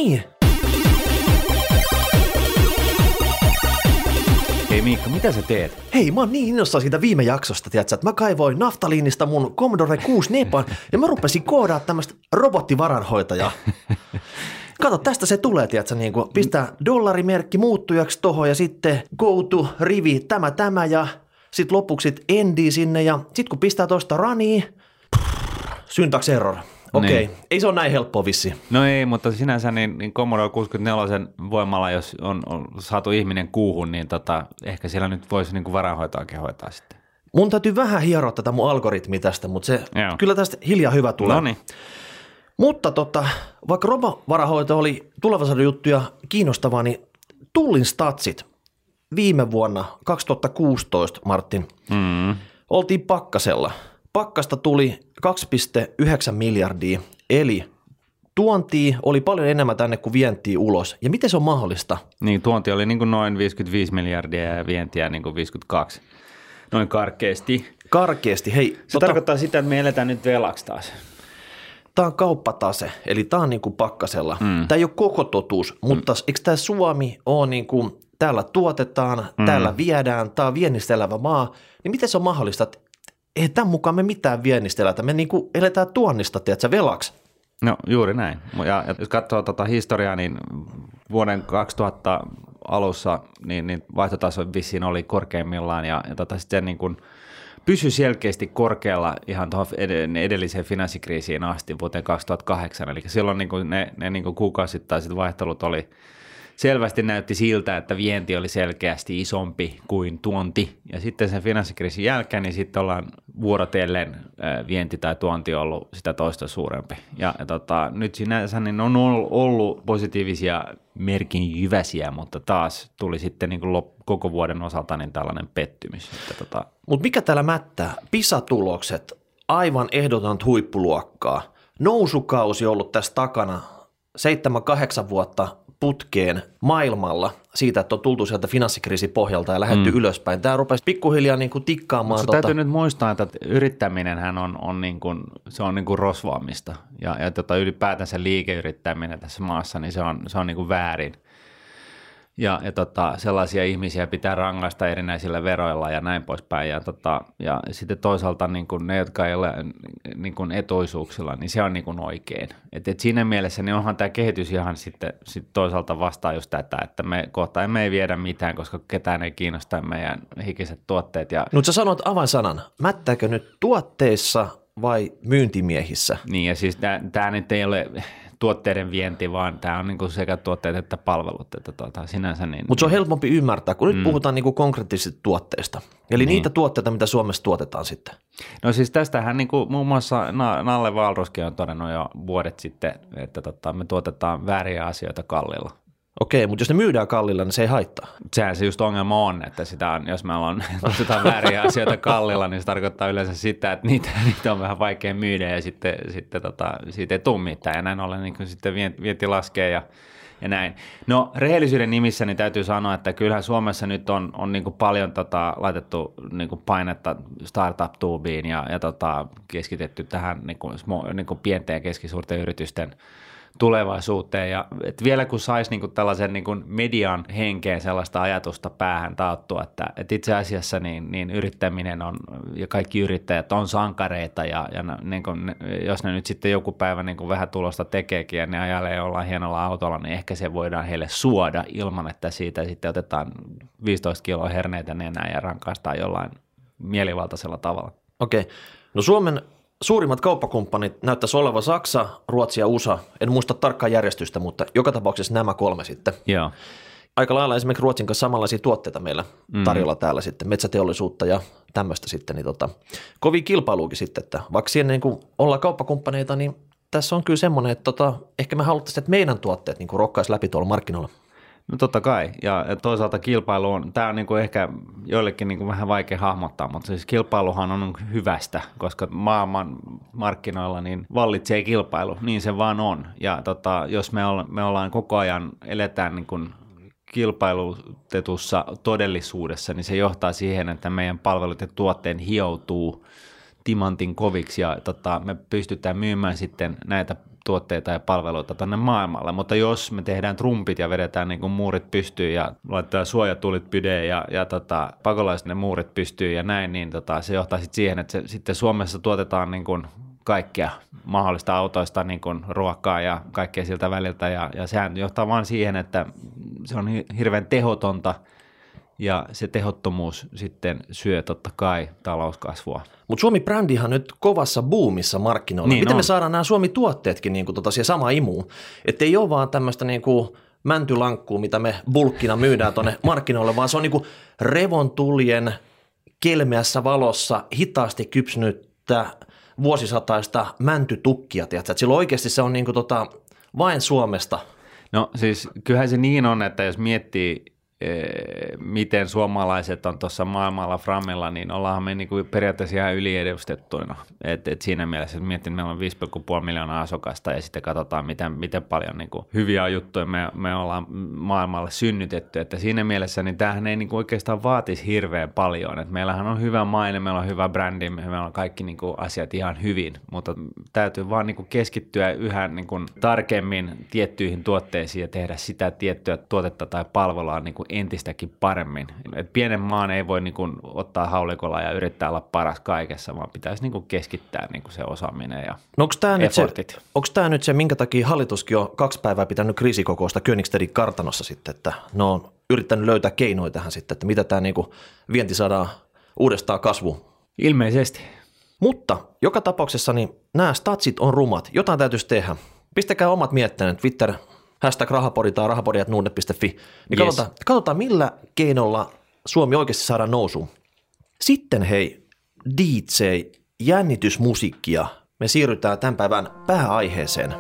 niin. Hei Miikka, mitä sä teet? Hei, mä oon niin innossaan siitä viime jaksosta, tiiätsä, että mä kaivoin naftaliinista mun Commodore 64 ja mä rupesin koodaa tämmöistä robottivaranhoitajaa. Kato, tästä se tulee, tiiätsä, niin kuin pistää dollarimerkki muuttujaksi tohon ja sitten go to rivi tämä ja sitten lopuksi endi sinne ja sitten kun pistää tosta runnia, syntax error. Okei, ei se ole näin helppoa vissi. No ei, mutta sinänsä niin Commodore 64 voimalla, jos on saatu ihminen kuuhun, niin ehkä siellä nyt voisi niin kuin varainhoitoakin hoitaa sitten. Mun täytyy vähän hieroa tätä mun algoritmia tästä, mutta se kyllä tästä hiljaa hyvä tulee. Noniin. Mutta vaikka robovarahoito oli tulevaisuuden juttuja kiinnostavaa, niin Tullin statsit viime vuonna 2016, Martin, oltiin pakkasella. Pakkasta tuli 2,9 miljardia, eli tuontia oli paljon enemmän tänne kuin vientiä ulos. Ja miten se on mahdollista? Niin, tuonti oli niin kuin noin 55 miljardia ja vientiä niin kuin 52, noin karkeasti. Karkeasti, hei. Se tarkoittaa sitä, että me eletään nyt velaksi taas. Tämä on kauppatase, eli tämä on niin kuin pakkasella. Tämä ei ole koko totuus, mutta eikö tämä Suomi ole niin kuin, täällä tuotetaan, täällä viedään, tämä on viennistä elävä maa, niin miten se on mahdollista, että ei tämän mukaan me mitään viennistä elätä, me niin kuin eletään tuonnista, tiedätkö, velaksi. No juuri näin. Ja jos katsoo historiaa, niin vuoden 2000 alussa niin vaihtotaso vissiin oli korkeimmillaan ja sitten niin kuin pysyi selkeästi korkealla ihan tuohon edelliseen finanssikriisiin asti vuoteen 2008. Eli silloin niin kuin ne niin kuin kuukausittaiset vaihtelut oli selvästi näytti siltä, että vienti oli selkeästi isompi kuin tuonti. Ja sitten sen finanssikriisin jälkeen, niin sitten ollaan vuorotellen vienti tai tuonti ollut sitä toista suurempi. Ja nyt sinänsä niin on ollut positiivisia merkinjyväsiä, mutta taas tuli sitten niin kuin koko vuoden osalta niin tällainen pettymys. Mutta mikä täällä mättää? PISA-tulokset, aivan ehdotonta huippuluokkaa. Nousukausi on ollut tässä takana 7-8 vuotta putkeen maailmalla siitä, että on tultu sieltä finanssikriisin pohjalta ja lähdetty ylöspäin. Tämä rupesi pikkuhiljaa niin kuin tikkaamaan. Täytyy nyt muistaa, että yrittäminenhän on niin kuin, se on niin kuin rosvaamista ja ylipäätänsä liikeyrittäminen tässä maassa, niin se on niin kuin väärin. Ja sellaisia ihmisiä pitää rangaista erinäisillä veroilla ja näin poispäin. Ja sitten toisaalta niin kuin ne, jotka ei ole niin kuin etuisuuksilla, niin se on niin kuin oikein. Et siinä mielessä niin onhan tämä kehitys ihan sitten toisaalta vastaa just tätä, että me kohta emme viedä mitään, koska ketään ei kiinnosta meidän hikiset tuotteet. Nyt sä sanot avainsanan. Mättääkö nyt tuotteissa vai myyntimiehissä? Niin ja siis tämä nyt ei ole tuotteiden vienti, vaan tämä on niinku sekä tuotteet että palvelut. Että sinänsä niin, mutta se on helpompi ymmärtää, kun nyt puhutaan niinku konkreettisista tuotteista. Eli niitä tuotteita, mitä Suomessa tuotetaan sitten. No siis tästähän niinku muun muassa Nalle Wahlrooskin on todennut jo vuodet sitten, että me tuotetaan vääriä asioita kalliilla. Okei, mutta jos ne myydään kallilla, niin se ei haittaa. Sehän se just ongelma on, että sitä on, jos me otetaan vääriä asioita kallilla, niin se tarkoittaa yleensä sitä, että niitä on vähän vaikea myydä ja sitten siitä ei tule mitään ja näin ollen niin sitten vienti laskee ja näin. No rehellisyyden nimissä niin täytyy sanoa, että kyllähän Suomessa nyt on niin kuin paljon laitettu niin kuin painetta startup-tuubiin ja keskitetty tähän niin kuin pienten ja keskisuurten yritysten tulevaisuuteen ja et vielä kun saisi niinku tällaisen niinku median henkeen sellaista ajatusta päähän taattua, että itse asiassa niin yrittäminen on ja kaikki yrittäjät on sankareita ja niinku, jos ne nyt sitten joku päivä niinku vähän tulosta tekeekin ja ne ajalee jollain hienolla autolla, niin ehkä se voidaan heille suoda ilman, että siitä sitten otetaan 15 kiloa herneitä nenään ja rankaistaan jollain mielivaltaisella tavalla. Okei. No Suomen suurimmat kauppakumppanit näyttäisi olevan Saksa, Ruotsi ja USA. En muista tarkkaa järjestystä, mutta joka tapauksessa nämä kolme sitten. Joo. Aika lailla esimerkiksi Ruotsin kanssa samanlaisia tuotteita meillä tarjolla täällä sitten, metsäteollisuutta ja tämmöistä sitten. Niin kovin kilpailuukin sitten, että vaikka siinä niin kuin ollaan kauppakumppaneita, niin tässä on kyllä semmoinen, että ehkä me haluttaisiin, että meidän tuotteet niin kuin rokkaisi läpi tuolla markkinoilla. No totta kai, ja toisaalta kilpailu on, tämä on niin kuin ehkä joillekin niin kuin vähän vaikea hahmottaa, mutta siis kilpailuhan on hyvästä, koska maailman markkinoilla niin vallitsee kilpailu, niin se vaan on. Ja jos me ollaan koko ajan, eletään niin kuin kilpailutetussa todellisuudessa, niin se johtaa siihen, että meidän palvelut ja tuotteen hioutuu timantin koviksi ja me pystytään myymään sitten näitä tuotteita ja palveluita tänne maailmalle, mutta jos me tehdään trumpit ja vedetään niin kuin muurit pystyyn ja laitetaan suojatulit pydeen ja pakolaiset ne muurit pystyyn ja näin, niin se johtaa sitten siihen, että sitten Suomessa tuotetaan niin kuin kaikkea mahdollista autoista, niin kuin ruokaa ja kaikkea siltä väliltä ja sehän johtaa vaan siihen, että se on hirveän tehotonta ja se tehottomuus sitten syö totta kai talouskasvua. Mutta Suomi-brändihan nyt kovassa boomissa markkinoilla. Niin Miten on. me saadaan nämä Suomi-tuotteetkin niin siihen samaan imuun? Että ei ole vaan tämmöistä niin mäntylankkuu, mitä me bulkkina myydään tuonne markkinoille, vaan se on niin kuin revontulien kelmeässä valossa hitaasti kypsynyttä vuosisataista mäntytukkia. Tiedätkö? Silloin oikeasti se on niin kuin vain Suomesta. No siis kyllähän se niin on, että jos miettii, miten suomalaiset on tuossa maailmalla framilla, niin ollaanhan me niinku periaatteessa ihan yliedustettuina. Et siinä mielessä, että miettii, että meillä on 5,5 miljoonaa asukasta ja sitten katsotaan, miten paljon niinku hyviä juttuja me ollaan maailmalle synnytetty. Että siinä mielessä niin tämähän ei niinku oikeastaan vaatisi hirveän paljon. Et meillähän on hyvä maine, meillä on hyvä brändi, meillä on kaikki niinku asiat ihan hyvin, mutta täytyy vaan niinku keskittyä yhä niinku tarkemmin tiettyihin tuotteisiin ja tehdä sitä tiettyä tuotetta tai palvelua niinku entistäkin paremmin. Et pienen maan ei voi niinku ottaa haulikolla ja yrittää olla paras kaikessa, vaan pitäisi niinku keskittää niinku se osaaminen ja effortit. Onko tämä nyt se, minkä takia hallituskin on 2 päivää pitänyt kriisikokousta Königstedin kartanossa sitten, että ne on yrittänyt löytää keinoja tähän sitten, että mitä tämä niinku vienti saadaan uudestaan kasvuun? Ilmeisesti. Mutta joka tapauksessa niin nämä statsit on rumat, jotain täytyisi tehdä. Pistäkää omat mietteet, Twitter, #rahapodi tai rahapodi@nordnet.fi, niin yes. Katsotaan millä keinolla Suomi oikeasti saadaan nousuun. Sitten hei, DJ, jännitysmusiikkia. Me siirrytään tämän päivän pääaiheeseen.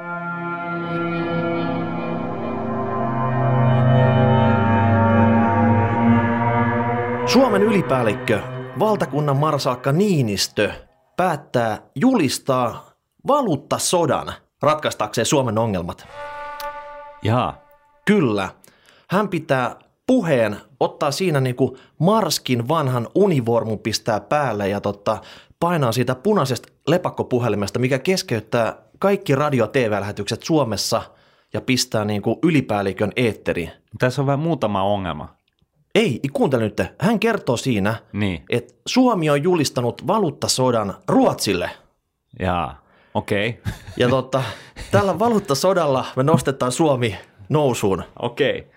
Suomen ylipäällikkö, valtakunnan marsalkka Niinistö, päättää julistaa valuuttasodan ratkaistakseen Suomen ongelmat. Jaa. Kyllä. Hän pitää puheen, ottaa siinä niin kuin Marskin vanhan univormun pistää päälle ja painaa siitä punaisesta lepakkopuhelimesta, mikä keskeyttää kaikki radio- ja TV-lähetykset Suomessa ja pistää niin kuin ylipäällikön eetteriin. Tässä on vähän muutama ongelma. Ei, kuuntele nyt. Hän kertoo siinä, että Suomi on julistanut valuuttasodan Ruotsille. Jaa, okei. Okay. Ja tällä valuuttasodalla me nostetaan Suomi nousuun. Okei.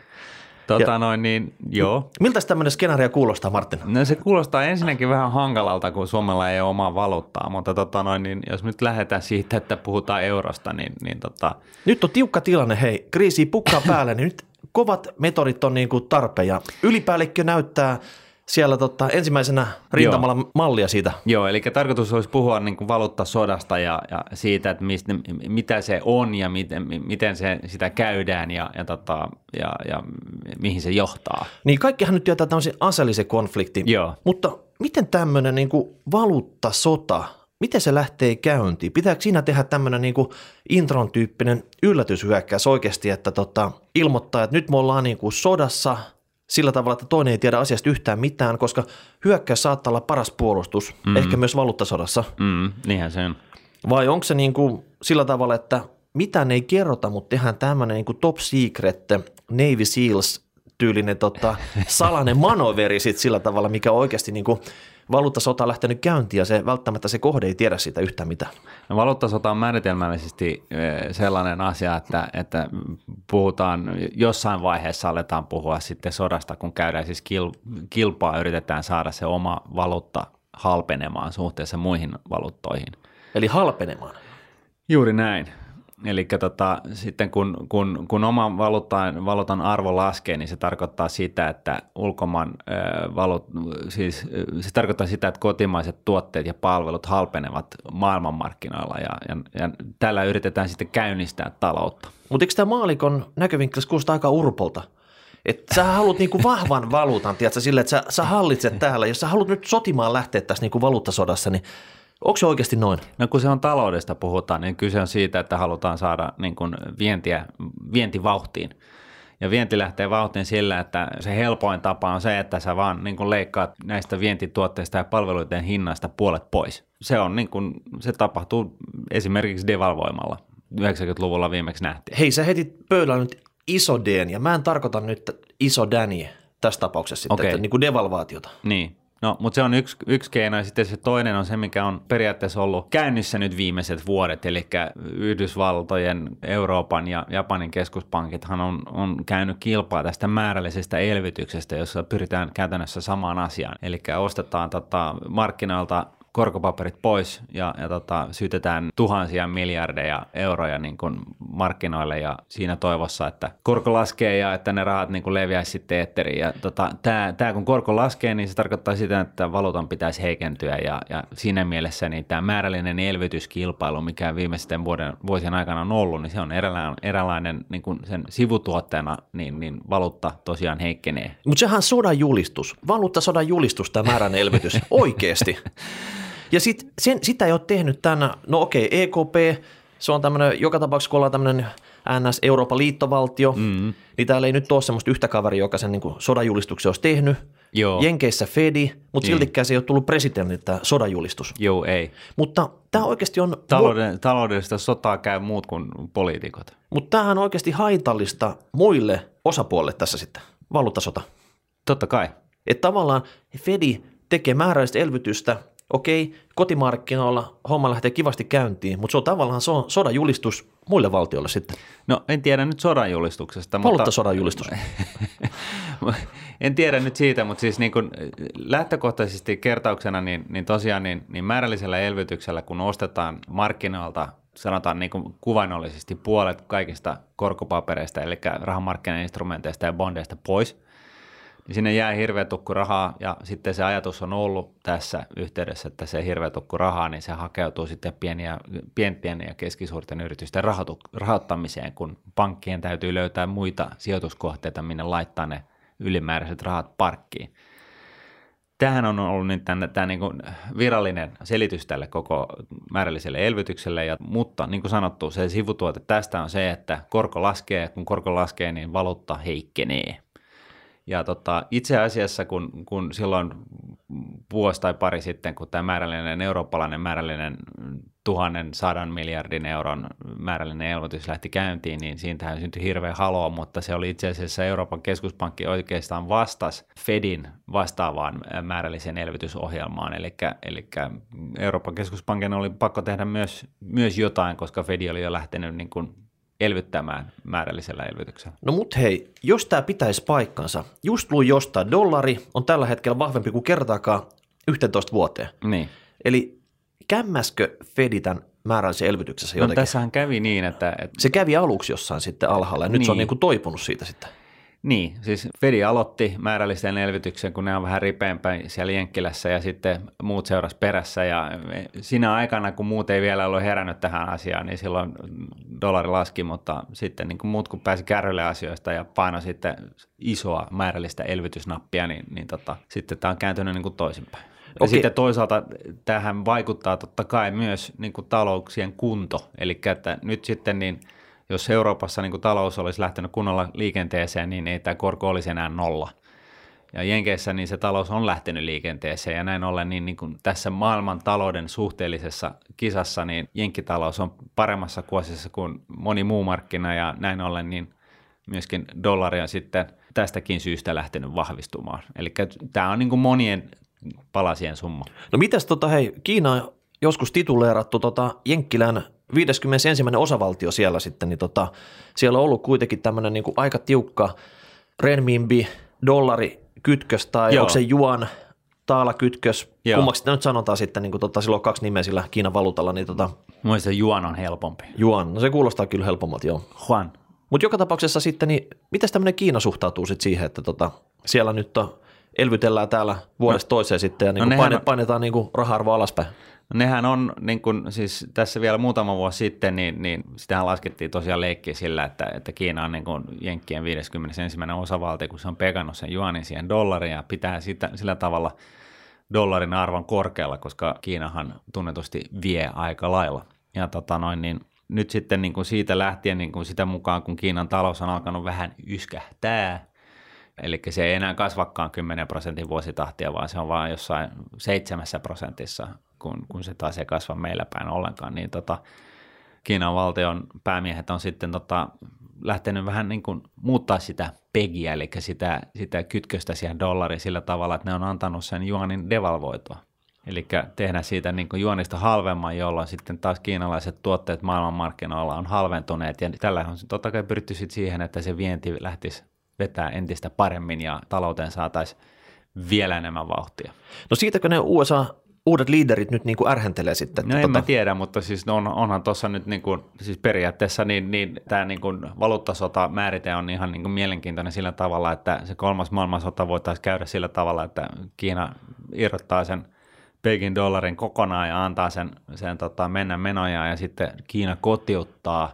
Joo. Miltä tämmöinen skenaario kuulostaa, Martin? No se kuulostaa ensinnäkin vähän hankalalta, kun Suomella ei ole omaa valuuttaa, mutta jos nyt lähdetään siitä, että puhutaan eurosta, niin Nyt on tiukka tilanne, hei, kriisi pukkaa päälle, niin nyt kovat metodit on niin kuin tarpeen ja ylipäällikkö näyttää siellä ensimmäisenä rintamalla mallia siitä. Joo, eli tarkoitus olisi puhua niin kuin valuuttasodasta ja siitä, että mitä se on ja miten sitä käydään ja mihin se johtaa. Niin kaikkihan nyt tietää tämmöisen aseellisen konfliktin, Joo. Mutta miten tämmöinen niin kuin valuuttasota, miten se lähtee käyntiin? Pitääkö siinä tehdä tämmöinen niin kuin intron tyyppinen yllätyshyökkäys oikeasti, että ilmoittaa, että nyt me ollaan niin kuin sodassa sillä tavalla, että toinen ei tiedä asiasta yhtään mitään, koska hyökkäys saattaa olla paras puolustus, ehkä myös valuuttasodassa. Niinhän se on. Vai onko se niin kuin sillä tavalla, että mitään ei kerrota, mutta tehdään tämmöinen niin kuin top secret Navy Seals tyylinen salainen manoveri sit sillä tavalla, mikä oikeasti niin kuin valuuttasota on lähtenyt käyntiin ja välttämättä se kohde ei tiedä siitä yhtään mitään. No, valuuttasota on määritelmällisesti sellainen asia, että puhutaan, jossain vaiheessa aletaan puhua sitten sodasta, kun käydään siis kilpaa, yritetään saada se oma valuutta halpenemaan suhteessa muihin valuuttoihin. Eli halpenemaan. Juuri näin. Eli sitten kun oman valuutan arvo laskee, niin se tarkoittaa sitä, että se tarkoittaa sitä, että kotimaiset tuotteet ja palvelut halpenevat maailmanmarkkinoilla ja tällä yritetään sitten käynnistää taloutta. Mutta eikö tämä maalikon näkövinkkelistä kuulostaa aika urpolta? Että sä haluat niinku vahvan valuutan, tiedätkö, sille, että sä hallitset täällä. Jos sä haluat nyt sotimaan lähteä tässä niinku valuuttasodassa, niin onko se oikeasti noin? No kun se on taloudesta puhutaan, niin kyse on siitä, että halutaan saada niin kuin vienti vauhtiin. Ja vienti lähtee vauhtiin sillä, että se helpoin tapa on se, että sä vaan niin kuin leikkaat näistä vientituotteista ja palveluiden hinnasta puolet pois. se tapahtuu esimerkiksi devalvoimalla. 90-luvulla viimeksi nähtiin. Hei, sä hetit pöydällä nyt iso D:n, ja mä en tarkoita nyt iso Däniä tässä tapauksessa sitten, että niin kuin devalvaatiota. Niin. No, mutta se on yksi keino, ja sitten se toinen on se, mikä on periaatteessa ollut käynnissä nyt viimeiset vuodet, eli Yhdysvaltojen, Euroopan ja Japanin keskuspankithan on käynyt kilpaa tästä määrällisestä elvytyksestä, jossa pyritään käytännössä samaan asiaan, eli ostetaan markkinoilta korkopaperit pois ja syytetään tuhansia miljardeja euroja niin kuin markkinoille ja siinä toivossa, että korko laskee ja että ne rahat niin kuin leviäisi sitten eetteriin. Ja tämä kun korko laskee, niin se tarkoittaa sitä, että valuutan pitäisi heikentyä ja siinä mielessä niin tämä määrällinen elvytyskilpailu, mikä viimeisten vuosien aikana on ollut, niin se on eräänlainen niin kuin sen sivutuotteena, niin valuutta tosiaan heikkenee. Mutta sehän on sodan julistus, valuuttasodan julistus tämä määrällinen elvytys, oikeasti. Ja sitä ei ole tehnyt tänä, no okei, EKP, se on tämmöinen, joka tapauksessa kun ollaan tämmöinen NS Euroopan liittovaltio, niin täällä ei nyt ole semmoista yhtä kaveria, joka sen niin sodanjulistuksen olisi tehnyt. Joo. Jenkeissä Fedi, mutta siltikään se ei ole tullut presidentiltä tämä sodanjulistus. Joo, ei. Mutta tämä oikeasti on... Taloudellista sotaa käy muut kuin poliitikot. Mutta tämähän on oikeasti haitallista muille osapuolille tässä sitten, valuuttasota. Totta kai. Että tavallaan Fedi tekee määrällistä elvytystä. Okei, kotimarkkinoilla homma lähtee kivasti käyntiin, mutta se on tavallaan sodan julistus muille valtioille sitten. No en tiedä nyt sodan julistuksesta. Valuuttasodan julistus. En tiedä nyt siitä, mutta siis niin kuin lähtökohtaisesti kertauksena niin tosiaan niin määrällisellä elvytyksellä, kun ostetaan markkinoilta, sanotaan niin kuin kuvainnollisesti puolet kaikista korkopapereista, eli rahamarkkinainstrumenteista ja bondeista pois, niin sinne jää hirveä tukku rahaa ja sitten se ajatus on ollut tässä yhteydessä, että se hirveä tukku rahaa, niin se hakeutuu sitten pienten ja keskisuurten yritysten rahoittamiseen, kun pankkien täytyy löytää muita sijoituskohteita, minne laittaa ne ylimääräiset rahat parkkiin. Tämähän on ollut nyt tämä niin kuin virallinen selitys tälle koko määrälliselle elvytykselle, mutta niin kuin sanottu, se sivutuote tästä on se, että korko laskee, kun korko laskee, niin valuutta heikkenee. Ja itse asiassa, kun silloin vuosi tai pari sitten, kun tämä eurooppalainen määrällinen 1,100 miljardin euron määrällinen elvytys lähti käyntiin, niin siitähän syntyi hirveä haloo, mutta se oli itse asiassa Euroopan keskuspankki oikeastaan vastasi Fedin vastaavaan määrällisen elvytysohjelmaan, eli Euroopan keskuspankin oli pakko tehdä myös jotain, koska Fedi oli jo lähtenyt niin kuin elvyttämään määrällisellä elvytyksellä. No mut hei, jos tämä pitäisi paikkansa, just luin jostain, dollari on tällä hetkellä vahvempi kuin kertaakaan 11 vuoteen. Niin. Eli kämmäskö Fedi tämän määrällisen elvytyksessä jotenkin? No tässähän kävi niin, että se kävi aluksi jossain sitten alhaalla ja nyt se on niin kuin toipunut siitä sitten. Niin, siis Fedi aloitti määrällisen elvytyksen, kun ne on vähän ripeämpää siellä Jenkkilässä ja sitten muut seurasi perässä ja siinä aikana, kun muut ei vielä ollut herännyt tähän asiaan, niin silloin dollari laski, mutta sitten niin kuin muut kun pääsi kärrylle asioista ja painoi sitten isoa määrällistä elvytysnappia, niin sitten tämä on kääntynyt niin kuin toisinpäin. Ja sitten toisaalta tähän vaikuttaa totta kai myös niin kuin talouksien kunto, eli että nyt sitten niin jos Euroopassa niin kuin talous olisi lähtenyt kunnolla liikenteeseen, niin ei tämä korko olisi enää 0. Ja Jenkeissä niin se talous on lähtenyt liikenteeseen ja näin ollen niin kuin tässä maailman talouden suhteellisessa kisassa niin jenkkitalous on paremmassa kuosissa kuin moni muu markkina ja näin ollen niin myöskin dollari on sitten tästäkin syystä lähtenyt vahvistumaan. Eli tämä on niin kuin monien palasien summa. No mitäs hei, Kiina on joskus tituleerattu Jenkkilän 51. osavaltio siellä sitten, niin siellä on ollut kuitenkin tämmöinen niin kuin aika tiukka renminbi, dollari kytkös tai onko se juan, taala kytkös, kummaksi sitä nyt sanotaan sitten, niin kuin silloin on 2 nimeä sillä Kiinan valuutalla. Niin Mielestäni juan on helpompi. Juan, no se kuulostaa kyllä helpommalta, joo. Juan. Mutta joka tapauksessa sitten, niin mitäs tämmöinen Kiina suhtautuu sitten siihen, että siellä nyt elvytellään täällä vuodesta toiseen sitten ja niin painetaan niin raha-arvoa alaspäin? Nehän on, niin kuin, siis tässä vielä muutama vuosi sitten, niin sitähän laskettiin tosiaan leikkiä sillä, että Kiina on niin kuin Jenkkien 51. osavaltio, kun se on pekannut sen juanin siihen dollariin ja pitää sillä tavalla dollarin arvon korkealla, koska Kiinahan tunnetusti vie aika lailla. Ja niin nyt sitten niin kuin siitä lähtien niin kuin sitä mukaan, kun Kiinan talous on alkanut vähän yskähtää, eli se ei enää kasvakaan 10% vuositahtia, vaan se on vaan jossain 7%, kun se taas ei kasva meillä päin ollenkaan, niin Kiinan valtion päämiehet on sitten lähtenyt vähän niin kuin muuttaa sitä pegiä, eli sitä kytköstä siihen dollariin sillä tavalla, että ne on antanut sen juanin devalvoitua. Eli tehdä siitä niin kuin juonista halvemman, jolloin sitten taas kiinalaiset tuotteet maailmanmarkkinoilla on halventuneet. Ja tällä on totta kai pyritty sitten siihen, että se vienti lähtisi vetää entistä paremmin ja talouteen saataisiin vielä enemmän vauhtia. No siitäkö ne USA uudet liiderit nyt niin kuin ärhentelee sitten? No en mä tiedä, mutta siis onhan tuossa nyt niin kuin, siis periaatteessa niin tämä niin kuin valuuttasota määrite on ihan niin kuin mielenkiintoinen sillä tavalla, että se kolmas maailmansota voitaisiin käydä sillä tavalla, että Kiina irrottaa sen Pekingin dollarin kokonaan ja antaa sen mennä menojaan ja sitten Kiina kotiuttaa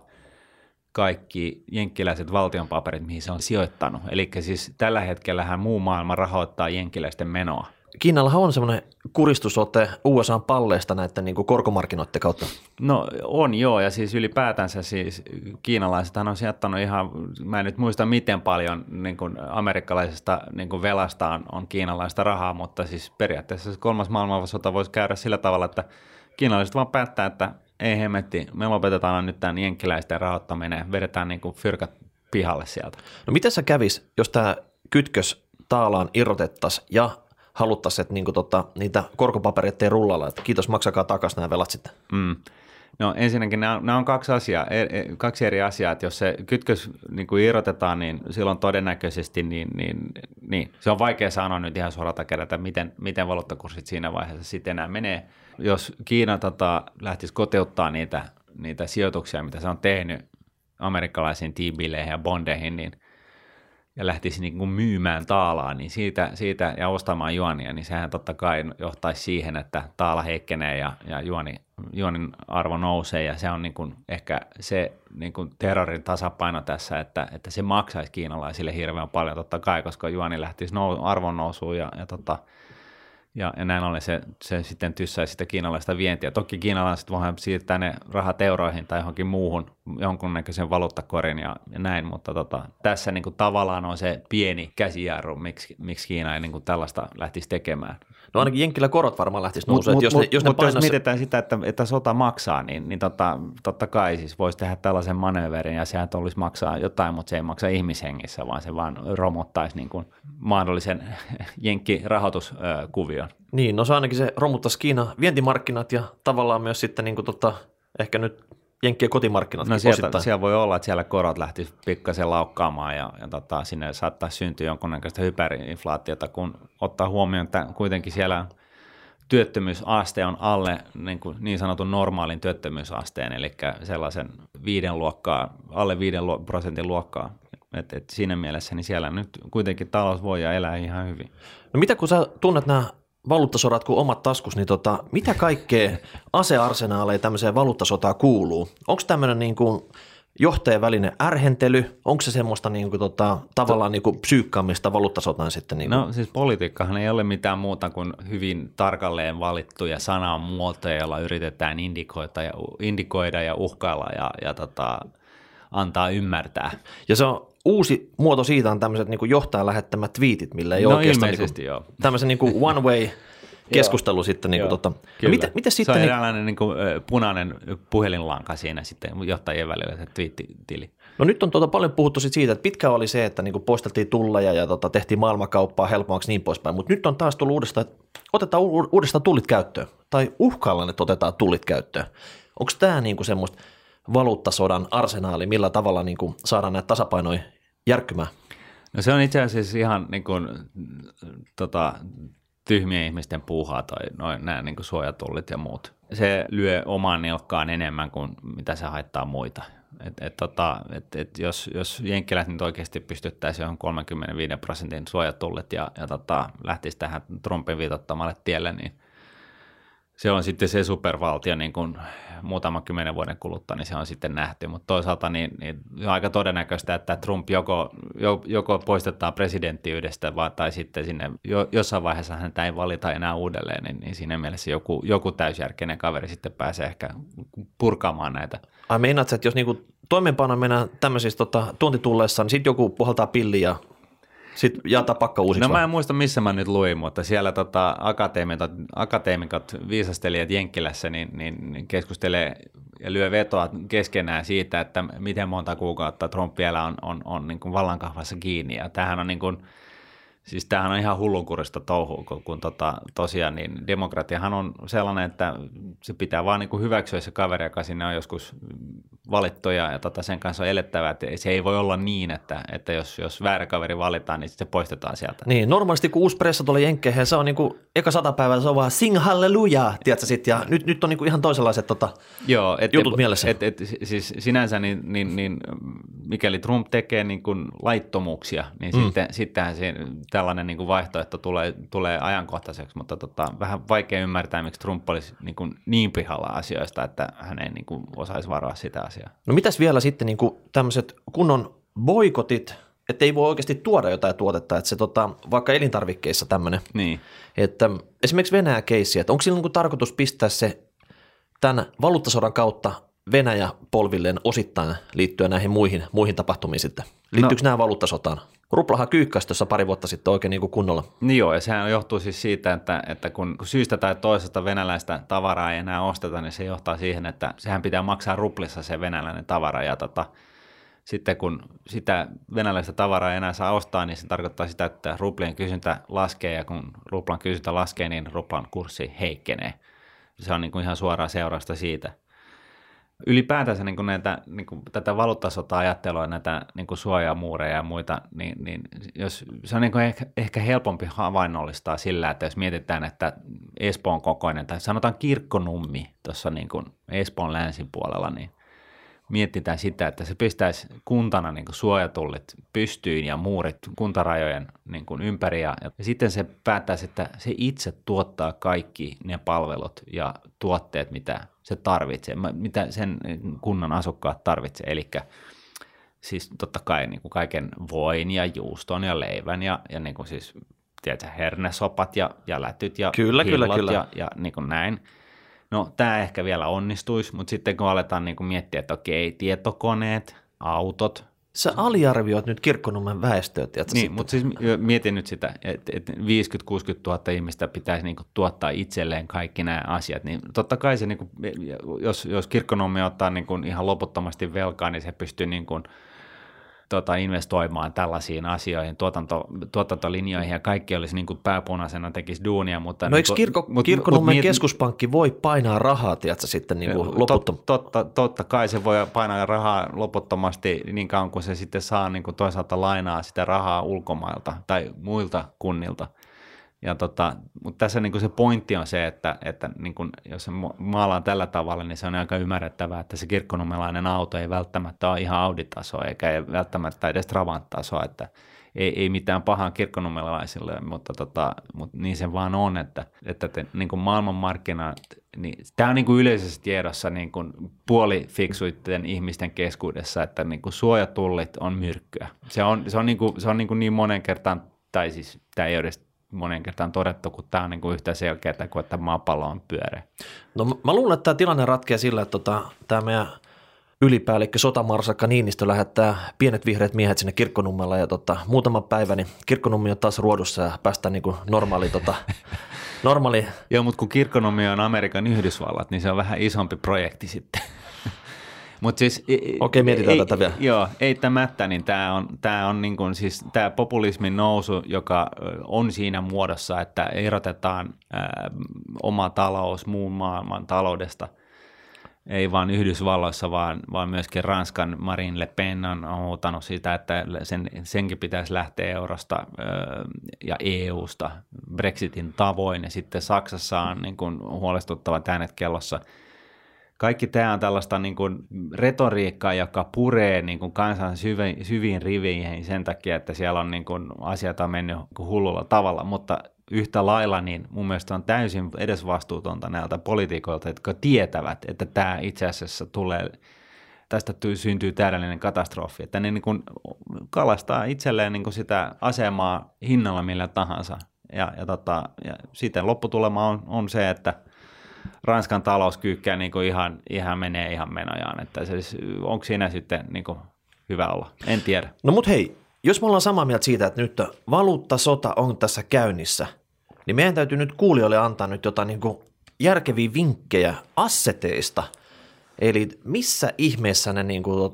kaikki jenkkiläiset valtionpaperit, mihin se on sijoittanut. Eli siis tällä hetkellähän muu maailma rahoittaa jenkkiläisten menoa. Kiinallahan on semmoinen kuristusote USA:n palleista näiden niin kuin korkomarkkinoiden kautta. No on joo, ja siis ylipäätänsä siis kiinalaisethan on sijoittanut ihan, mä en nyt muista miten paljon niin kuin amerikkalaisesta niin kuin velasta on kiinalaista rahaa, mutta siis periaatteessa se kolmas maailmansota voisi käydä sillä tavalla, että kiinalaiset vaan päättää, että ei hemmetti, me lopetetaan nyt tämän jenkkiläisten rahoittaminen, vedetään niin kuin fyrkat pihalle sieltä. No miten se kävisi, jos tämä kytkös taalaan irrotettaisiin ja haluttaisiin, että niinku niitä korkopapereita ei rullalla, että kiitos, maksakaa takaisin nämä velat sitten. No ensinnäkin nämä on kaksi eri asiaa, että jos se kytkös niin kuin irrotetaan, niin silloin todennäköisesti, niin se on vaikea sanoa nyt ihan suoralta kädeltä, miten valuuttakurssit siinä vaiheessa sitten enää menee. Jos Kiina lähtisi kotiuttaa niitä sijoituksia, mitä se on tehnyt amerikkalaisiin T-billeihin ja bondeihin, ja lähtisi niin kuin myymään taalaa niin siitä ja ostamaan juonia, niin sehän totta kai johtaisi siihen, että taala heikkenee ja juonin arvo nousee, ja se on niin kuin ehkä se niin kuin terrorin tasapaino tässä, että se maksaisi kiinalaisille hirveän paljon totta kai, koska juoni lähtisi arvon nousuun ja näin ollen se sitten tyssäisi sitä kiinalaista vientiä. Toki kiinalaiset voivat siirtää ne rahat euroihin tai johonkin muuhun, jonkunnäköisen valuuttakorin ja näin, mutta tässä niin kuin tavallaan on se pieni käsijarru, miksi Kiina ei niin kuin tällaista lähtisi tekemään. No ainakin Jenkkilä korot varmaan lähtisi nousemaan. Mutta jos mietitään sitä, että sota maksaa, niin totta kai siis voisi tehdä tällaisen manööverin ja sehän olisi maksaa jotain, mutta se ei maksa ihmishengissä, vaan se vaan romuttaisi niin kuin mahdollisen jenkkirahoituskuvion. Niin, no se ainakin se romuttaisi Kiinan vientimarkkinat ja tavallaan myös sitten niin kuin ehkä nyt jenkkien kotimarkkinat. No siellä voi olla, että siellä korot lähtisi pikkasen laukkaamaan ja sinne saattaa syntyä jonkunnäköistä hyperinflaatiota, kun ottaa huomioon, että kuitenkin siellä työttömyysaste on alle niin sanotun normaalin työttömyysasteen, eli sellaisen alle 5% luokkaa. Et siinä mielessä niin siellä nyt kuitenkin talous voi ja elää ihan hyvin. No mitä kun sä tunnet nämä valuuttasodat kuin omat taskus, niin mitä kaikkea asearsenaaleja tämmöiseen valuuttasotaan kuuluu? Onko tämmöinen niin kuin johtajien välinen ärhentely, onko se semmoista niin kuin tavallaan niin kuin psyykkaamista valuuttasotaan sitten? Niin kuin? No siis politiikkahan ei ole mitään muuta kuin hyvin tarkalleen valittuja sanamuotoja, joilla yritetään indikoida ja uhkailla ja antaa ymmärtää. Ja se on uusi muoto siitä on tämmöiset niin kuin johtajan lähettämät twiitit, millä ei oikeastaan niin tämmöisen niin kuin one way keskustelu sitten. Niin kuin, miten sitten, se on eräänlainen niin kuin punainen puhelinlanka siinä sitten johtajien välillä se twiittitili. No nyt on paljon puhuttu siitä, että pitkään oli se, että niin kuin poisteltiin tulleja ja tehtiin maailmankauppaa helpommaksi niin poispäin, mutta nyt on taas tullut uudestaan, että otetaan uudestaan tullit käyttöön tai uhkaillaan, että otetaan tullit käyttöön. Onko tämä niin kuin semmoista valuuttasodan arsenaali, millä tavalla niin kuin saadaan näitä tasapainoja järkkymään? No se on itse asiassa ihan niin kuin, tyhmien ihmisten puuhaa nämä niin kuin suojatullit ja muut. Se lyö omaan nilkkaan enemmän kuin mitä se haittaa muita. Jos jenkkiläiset nyt oikeasti pystyttäisiin johon 35% suojatullit ja lähtisi tähän Trumpin viitottamalle tielle, niin se on sitten se supervaltio niin kuin muutaman 10 vuoden kuluttua, niin se on sitten nähty, mutta toisaalta niin on aika todennäköistä, että Trump joko poistetaan presidenttiydestä tai sitten sinne jossain vaiheessa häntä ei valita enää uudelleen, niin siinä mielessä joku täysjärkinen kaveri sitten pääsee ehkä purkaamaan näitä. Ai meinaatko, että jos niinku toimeenpano mennään tämmöisissä tuontitulleissa, niin sitten joku puhaltaa pilliä ja Sitten jaetaan pakka uusiksi. No mä en muista, missä mä nyt luin, mutta siellä akateemikot, viisastelijat Jenkkilässä, niin keskustelee ja lyö vetoa keskenään siitä, että miten monta kuukautta Trump vielä on niin kuin vallankahvassa kiinni. Ja tämähän on niin kuin, siis tämähän on ihan hullunkurista touhua, kun tosiaan niin demokratiahan on sellainen, että se pitää vaan niin kuin hyväksyä se kaveri, joka sinne on joskus valittu ja sen kanssa on elettävä, että se ei voi olla niin, että jos väärä kaveri valitaan, niin se poistetaan sieltä. Niin, normaalisti kun uusi pressa tulee Jenkkeihin, se on niin kuin eka 100 päivää, se on vaan sing hallelujah, tiedätkö sit, ja nyt on niin kuin ihan toisenlaiset jutut mielessä. Siis sinänsä niin mikäli Trump tekee niin kuin laittomuuksia, niin sittenhän tällainen niin kuin vaihtoehto tulee ajankohtaiseksi, mutta vähän vaikea ymmärtää, miksi Trump olisi niin pihalla asioista, että hän ei niin kuin osaisi varoa sitä asiaa. No mitäs vielä sitten niin kuin tämmöiset kunnon boikotit, että ei voi oikeasti tuoda jotain tuotetta, että se vaikka elintarvikkeissa tämmöinen, niin. Että esimerkiksi Venäjä-keissi, että onko sillä niin kuin tarkoitus pistää se tämän valuuttasodan kautta Venäjä polvilleen osittain liittyen näihin muihin tapahtumiin sitten? Liittyykö nämä valuuttasotaan? Ruplahan kyykkäsi tuossa pari vuotta sitten oikein niin kuin kunnolla. Niin joo, ja sehän johtuu siis siitä, että kun syystä tai toisesta venäläistä tavaraa ei enää osteta, niin se johtaa siihen, että sehän pitää maksaa ruplissa se venäläinen tavara, ja sitten kun sitä venäläistä tavaraa ei enää saa ostaa, niin se tarkoittaa sitä, että ruplien kysyntä laskee, ja kun ruplan kysyntä laskee, niin ruplan kurssi heikkenee. Se on niin kuin ihan suoraa seurausta siitä. Ylipäätänsä tätä valuuttasotaa-ajattelua, näitä suojamuureja ja muita, niin jos, se on ehkä helpompi havainnollistaa sillä, että jos mietitään, että Espoon kokoinen, tai sanotaan Kirkkonummi tuossa Espoon länsipuolella, niin mietitään sitä, että se pistäisi kuntana suojatullit pystyyn ja muurit kuntarajojen ympäri, ja sitten se päättäisi, että se itse tuottaa kaikki ne palvelut ja tuotteet, mitä se tarvitsee, mitä sen kunnan asukkaat tarvitsee, eli siis totta kai kaiken voin ja juuston ja leivän ja siis tiedätkö, hernesopat ja lätyt ja hillat ja näin. No tämä ehkä vielä onnistuisi, mutta sitten kun aletaan miettiä, että okei, tietokoneet, autot. Sä aliarvioit nyt Kirkkonummen väestöä, tiedätkö? Niin, mutta siis mietin nyt sitä, että 50-60 000 ihmistä pitäisi itselleen itselleen kaikki nämä asiat, niin totta kai se, jos Kirkkonummi ottaa ihan loputtomasti velkaa, niin se pystyy investoimaan tällaisiin asioihin, tuotantolinjoihin ja kaikki olisi pääpunaisena tekisi duunia. Mutta no eikö Kirkkonummen keskuspankki voi painaa rahaa, tiedätkö, sitten loputtomasti? Totta kai se voi painaa rahaa loputtomasti niin kauan, kun se sitten saa toisaalta lainaa sitä rahaa ulkomailta tai muilta kunnilta. Mutta tässä se pointti on se, että jos se maalaan tällä tavalla, niin se on aika ymmärrettävää, että se kirkkonummelainen auto ei välttämättä ole ihan Audi-tasoa eikä ei välttämättä edes Trabant-tasoa, että ei mitään pahaa kirkkonummelaisille, mutta niin se vaan on, että maailmanmarkkinat, niin tämä on yleisessä tiedossa puolifiksuitten ihmisten keskuudessa, että suojatullit on myrkkyä. Se on niin monen kertaan, tai siis tämä ei ole edes monen kertaan todettu, kun tämä on yhtä selkeää kuin että maapallo on pyöreä. No mä luulen, että tämä tilanne ratkeaa sillä, että tämä meidän ylipäällikkö sotamarsakka Niinistö lähettää pienet vihreät miehet sinne Kirkkonummella ja muutama päivä, niin Kirkkonummi on taas ruodussa ja päästään normaali. Joo, mutta kun Kirkkonummi on Amerikan Yhdysvallat, niin se on vähän isompi projekti sitten. Mut siis, okei, mietitään tätä vielä. Joo, eittämättä, niin tämä on siis tämä populismin nousu, joka on siinä muodossa, että erotetaan oma talous muun maailman taloudesta, ei vain Yhdysvalloissa, vaan myöskin Ranskan Marine Le Pen on huutanut sitä, että senkin pitäisi lähteä eurosta ja EUsta Brexitin tavoin, ja sitten Saksassa on huolestuttavat äänet kellossa. Kaikki tämä on tällaista retoriikkaa, joka puree kansan syviin riveihin sen takia, että siellä on asiat on mennyt hullulla tavalla, mutta yhtä lailla niin mun mielestä on täysin edesvastuutonta näiltä poliitikoilta, jotka tietävät, että tämä itse asiassa tästä syntyy täydellinen katastrofi, että ne kalastaa itselleen sitä asemaa hinnalla millä tahansa ja sitten lopputulema on se, että Ranskan talous kyykkää ihan menee ihan menojaan, että siis, onko siinä sitten hyvä olla? En tiedä. No mut hei, jos me ollaan samaa mieltä siitä, että nyt valuuttasota on tässä käynnissä, niin meidän täytyy nyt kuulijoille antaa nyt jotain niin kuin järkeviä vinkkejä asseteista. Eli missä ihmeessä ne niin kuin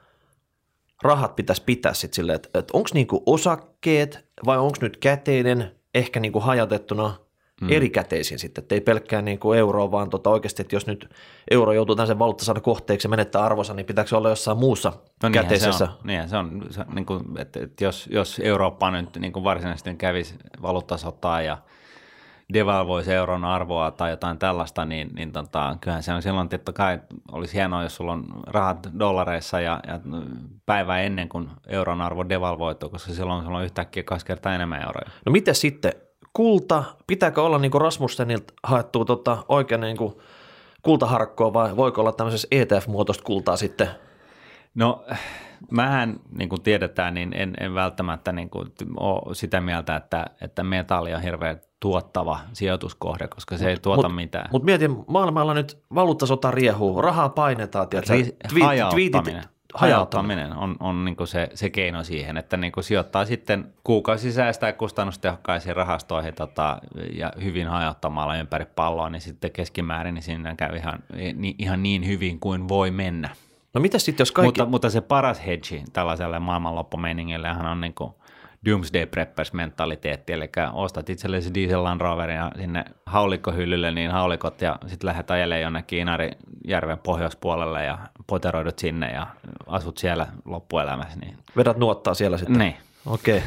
rahat pitäisi pitää sitten silleen, että onko niin kuin osakkeet vai onko nyt käteinen ehkä niin kuin hajautettuna eri käteisin sitten, että ei pelkkää niin kuin euroa, vaan oikeasti, että jos nyt euro joutuu tämmöisen valuuttasadan kohteeksi ja menettää arvonsa, niin pitääkö olla jossain muussa käteisessä? Niinhän se on niin kuin, että jos Eurooppa nyt niin kuin varsinaisesti kävisi valuuttasotaa ja devalvoisi euron arvoa tai jotain tällaista, niin kyllähän se on silloin, että kai olisi hienoa, jos sulla on rahat dollareissa ja päivää ennen kuin euron arvo devalvoituu, koska silloin sulla on yhtäkkiä 2 kertaa enemmän euroja. No miten sitten? Kulta, pitääkö olla niin kuin Rasmussenilta haettua oikein niin kuin kultaharkkoa vai voiko olla tämmöisessä ETF-muotoista kultaa sitten? No mähän niin kuin tiedetään, niin en välttämättä niin kuin ole sitä mieltä, että metalli on hirveän tuottava sijoituskohde, koska se ei tuota mitään. Mutta mietin, maailmalla nyt valuuttasota riehuu, rahaa painetaan, hajauttaminen on niin kuin se keino siihen, että niin kuin sijoittaa sitten kuukausi säästää kustannustehokkaisiin rahastoihin ja hyvin hajauttamalla ympäri palloa, niin sitten keskimäärin niin siinä käy ihan niin hyvin kuin voi mennä. No mitä sitten jos kaikki... Mutta se paras hedge tällaiselle maailmanloppumeiningillehän on niin kuin doomsday preppers mentaliteetti, eli ostat itsellesi diesel Land Roverin ja sinne haulikkohyllylle niin haulikot ja sitten lähdet ajelemaan jonnekin Inarijärven pohjoispuolelle ja poteroidut sinne ja asut siellä loppuelämässä. Niin. Vedät nuottaa siellä sitten? Niin. Okei.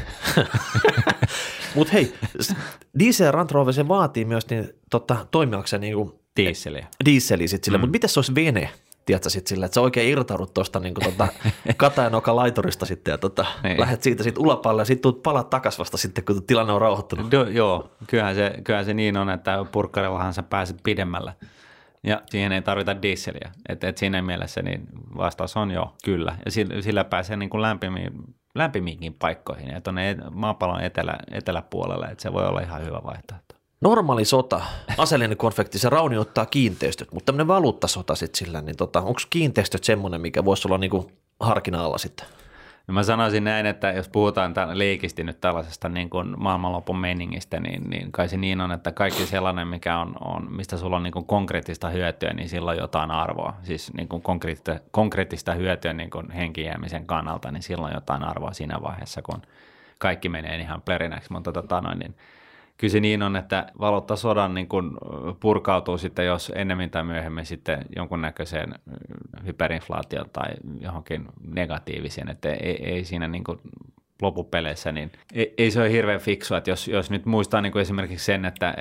Mutta hei, diesel Land Rover se vaatii myös niin, toimijakseen niin dieseliä sitten sille, mutta miten se olisi vene? Tiedätkö sitten sillä, että sä oikein irtaudut tuosta niin katajanokan laiturista sitten ja niin. Lähdet siitä sitten ulapalle ja sitten tulet palat takaisin vasta sitten, kun tilanne on rauhoittunut. Joo, kyllähän se niin on, että purkkarillahan sä pääset pidemmälle ja siihen ei tarvita dieseliä. Et siinä mielessä niin vastaus on joo, kyllä. Ja sillä pääsee niin kuin lämpimiinkin paikkoihin ja tuonne maapallon eteläpuolelle, että se voi olla ihan hyvä vaihtoehto. Normaali sota, aseellinen konflikti, se raunioittaa kiinteistöt, mutta tämmöinen valuuttasota sitten sillä, niin onko kiinteistöt semmoinen, mikä voisi olla niinku harkinnan alla sitten? No mä sanoisin näin, että jos puhutaan leikisti nyt tällaisesta niin kuin maailmanlopun meiningistä, niin kai se niin on, että kaikki sellainen, mikä on mistä sulla on niin kuin konkreettista hyötyä, niin sillä on jotain arvoa. Siis niin kuin konkreettista hyötyä niin kuin henkijäämisen kannalta, niin sillä on jotain arvoa siinä vaiheessa, kun kaikki menee ihan plerinäksi, mutta niin kyllä se niin on, että valuuttasodan niin kuin purkautuu sitten, jos ennemmin tai myöhemmin sitten jonkunnäköiseen hyperinflaatioon tai johonkin negatiiviseen, että ei siinä niin kuin loppupeleissä, niin ei se ole hirveän fiksua, että jos nyt muistaa niin kuin esimerkiksi sen, että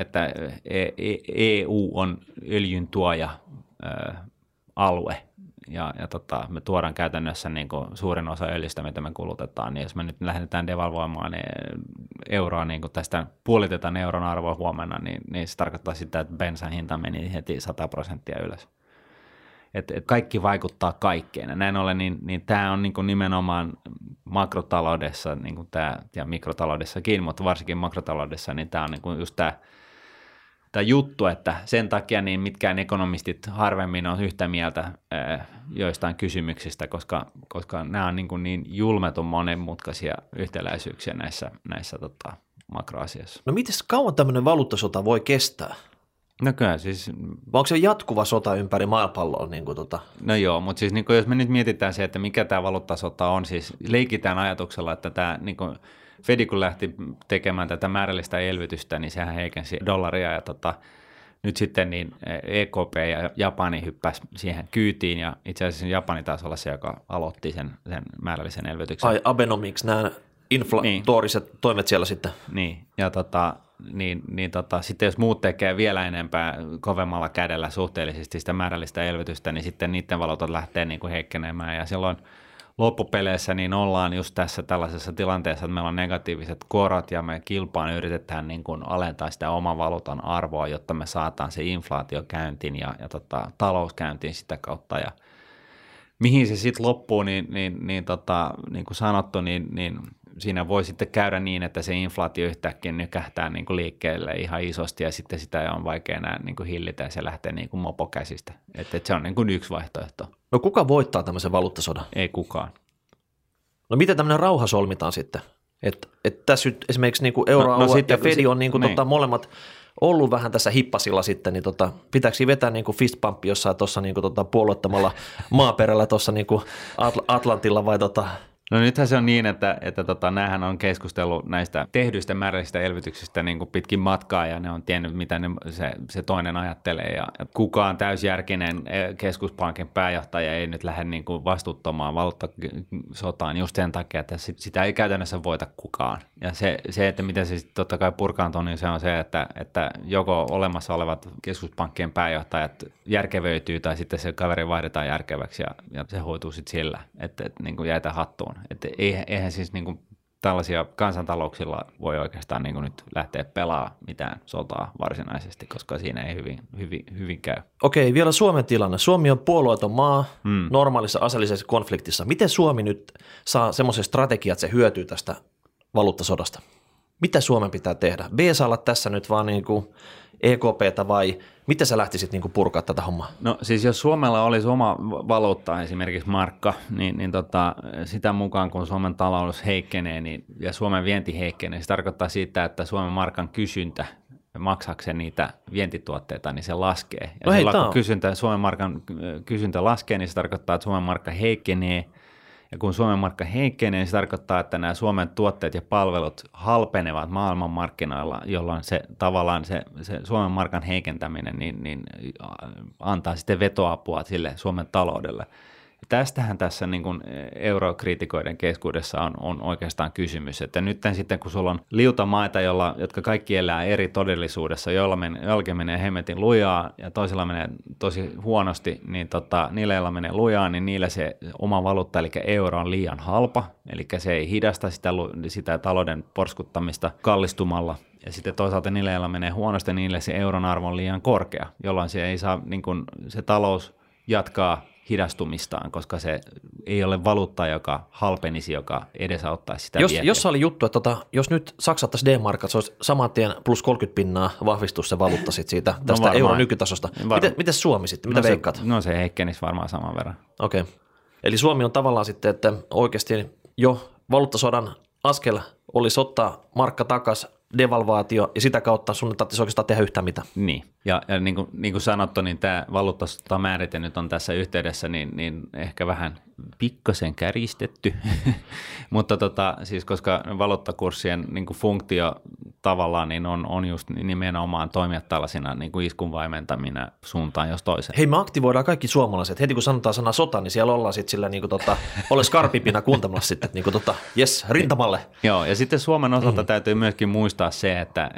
EU on öljyntuoja alue, ja me tuodaan käytännössä niin kuin suurin osa öljystä, mitä me kulutetaan, niin jos me nyt lähdetään devalvoimaan niin euroa, niin kuin tästä puolitetaan euron arvoa huomenna, niin se tarkoittaa sitä, että bensan hinta meni heti 100% ylös. Et kaikki vaikuttaa kaikkeen, ja näin ollen, niin tämä on niin kuin nimenomaan makrotaloudessa, niin kuin tämä, ja mikrotaloudessakin, mutta varsinkin makrotaloudessa, niin tämä on niin kuin just tämä juttu, että sen takia niin mitkään ekonomistit harvemmin on yhtä mieltä joistain kysymyksistä, koska nämä on niin julmetun monenmutkaisia yhtäläisyyksiä näissä makroasioissa. No miten kauan tämmöinen valuuttasota voi kestää? No kyllä siis... Onko se jatkuva sota ympäri maapalloa? Niin kuin No joo, mutta siis niin kuin jos me nyt mietitään se, että mikä tämä valuuttasota on, siis leikitään ajatuksella, että tämä... Niin kuin Fed kun lähti tekemään tätä määrällistä elvytystä, niin sehän heikensi dollaria ja nyt sitten niin EKP ja Japani hyppäsi siihen kyytiin ja itse asiassa Japani taisi olla se, joka aloitti sen määrällisen elvytyksen. Ai Abenomics, nämä inflatoriset toimet siellä sitten. Niin, ja sitten jos muut tekee vielä enempää kovemmalla kädellä suhteellisesti sitä määrällistä elvytystä, niin sitten niiden valuutat lähtee niin kuin heikkenemään ja silloin loppupeleissä niin ollaan just tässä tällaisessa tilanteessa, että meillä on negatiiviset korot ja me kilpaan yritetään niin kuin alentaa sitä oman valuutan arvoa, jotta me saataan se inflaatio käyntiin ja talous käyntiin sitä kautta. Ja mihin se sitten loppuu, niin kuin sanottu, niin siinä voi sitten käydä niin, että se inflaatio yhtäkkiä nykähtää niin kuin liikkeelle ihan isosti ja sitten sitä on vaikea enää niin kuin hillitä ja se lähtee niin kuin mopokäsistä. Että se on niin kuin yksi vaihtoehto. No kuka voittaa tämmöisen valuuttasodan? Ei kukaan. No miten tämmöinen rauha solmitaan sitten? Että tässä nyt esimerkiksi niin euroalue ja Fedi on niin kuin molemmat ollut vähän tässä hippasilla sitten, niin pitääkö vetää niin kuin fistpumppi jossain tuossa niin kuin puolueettomalla maaperällä tuossa niin kuin Atlantilla vai No nythän se on niin, että näähän on keskustellut näistä tehdyistä määrällisistä elvytyksistä niin kuin pitkin matkaa ja ne on tiennyt, mitä se toinen ajattelee ja kukaan täysjärkinen keskuspankin pääjohtaja ei nyt lähde niin kuin vastuuttamaan valuuttasotaan just sen takia, että sitä ei käytännössä voita kukaan. Ja se että miten se sitten totta kai purkaantuu, niin se on se, että joko olemassa olevat keskuspankkien pääjohtajat järkevöityy tai sitten se kaveri vaihdetaan järkeväksi ja se hoituu sitten sillä, että niin kuin jäitä hattuun. Että eihän siis niin kuin tällaisia kansantalouksilla voi oikeastaan niin kuin nyt lähteä pelaamaan mitään sotaa varsinaisesti, koska siinä ei hyvin käy. Okei, vielä Suomen tilanne. Suomi on puolueeton maa normaalissa aseellisessa konfliktissa. Miten Suomi nyt saa semmoisen strategian, että se hyötyy tästä valuuttasodasta? Mitä Suomen pitää tehdä? saa olla tässä nyt vaan niin kuin EKP:tä vai miten sä lähtisit niin kuin purkaa tätä hommaa? No siis jos Suomella olisi oma valuutta, esimerkiksi markka, niin sitä mukaan kun Suomen talous heikkenee ja Suomen vienti heikkenee, se tarkoittaa sitä, että Suomen markan kysyntä maksakseen niitä vientituotteita, niin se laskee. Ja kun Suomen markan kysyntä laskee, niin se tarkoittaa, että Suomen markka heikkenee. Ja kun Suomen markka heikkenee, niin se tarkoittaa, että nämä Suomen tuotteet ja palvelut halpenevat maailmanmarkkinoilla, jolloin se tavallaan se Suomen markan heikentäminen niin antaa sitten vetoapua sille Suomen taloudelle. Ja tästähän tässä niin kuin eurokriitikoiden keskuudessa on oikeastaan kysymys, että nyt sitten kun sulla on liuta maita, jotka kaikki elää eri todellisuudessa, jollakin menee hemmetin lujaa ja toisilla menee tosi huonosti, niin niillä, joilla menee lujaa, niin niillä se oma valuutta, eli euro on liian halpa, eli se ei hidasta sitä talouden porskuttamista kallistumalla. Ja sitten toisaalta niillä, joilla menee huonosti, niille se euron arvo on liian korkea, jolloin se ei saa niin kuin se talous jatkaa hidastumistaan, koska se ei ole valuutta, joka halpenisi, joka edesauttaisi sitä vientiä. Jos oli juttu, että jos nyt Saksa ottaisi D-markat, se olisi saman tien plus 30% vahvistus se valuutta siitä tästä euron nykytasosta. Miten Suomi sitten? Mitä veikkaat? No se heikkenisi varmaan saman verran. Okei. Eli Suomi on tavallaan sitten, että oikeasti jo valuuttasodan askel olisi ottaa markka takaisin, devalvaatio, ja sitä kautta sun ei tarvitsisi oikeastaan tehdä yhtään mitään. Niin, ja niin kuin sanottu, niin tämä valuuttasota määrite nyt on tässä yhteydessä niin ehkä vähän pikkasen käristetty, mutta siis koska valuuttakurssien niin kuin funktio tavallaan niin on just nimenomaan toimia tällaisina niin kuin iskun vaimentamina suuntaan jos toiseen. Hei, me aktivoidaan kaikki suomalaiset. Heti kun sanotaan sana sota, niin siellä ollaan sitten sillä niin kuin ole skarpipina kuuntamassa sitten, niin kuin jes, rintamalle. Joo, ja sitten Suomen osalta täytyy myöskin muistaa se, että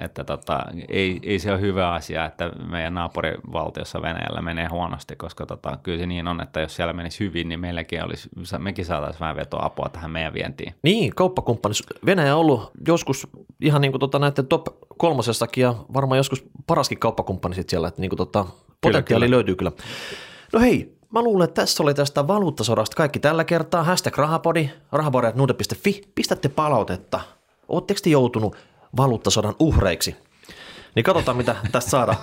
ei se ole hyvä asia, että meidän naapurivaltiossa Venäjällä menee huonosti, koska kyllä se niin on, että jos siellä menisi hyvin, niin mekin saataisiin vähän vetoapua tähän meidän vientiin. Niin, kauppakumppani. Venäjä on ollut joskus ihan niin kuin näiden top 3:ssakin ja varmaan joskus paraskin kauppakumppani sitten siellä, että niin kuin potentiaali löytyy kyllä. No hei, mä luulen, että tässä oli tästä valuuttasodasta kaikki tällä kertaa. #rahapodi, rahapodi@nuude.fi. Pistätte palautetta. Ootteko te joutunut valuuttasodan uhreiksi? Niin katsotaan, mitä tästä saadaan.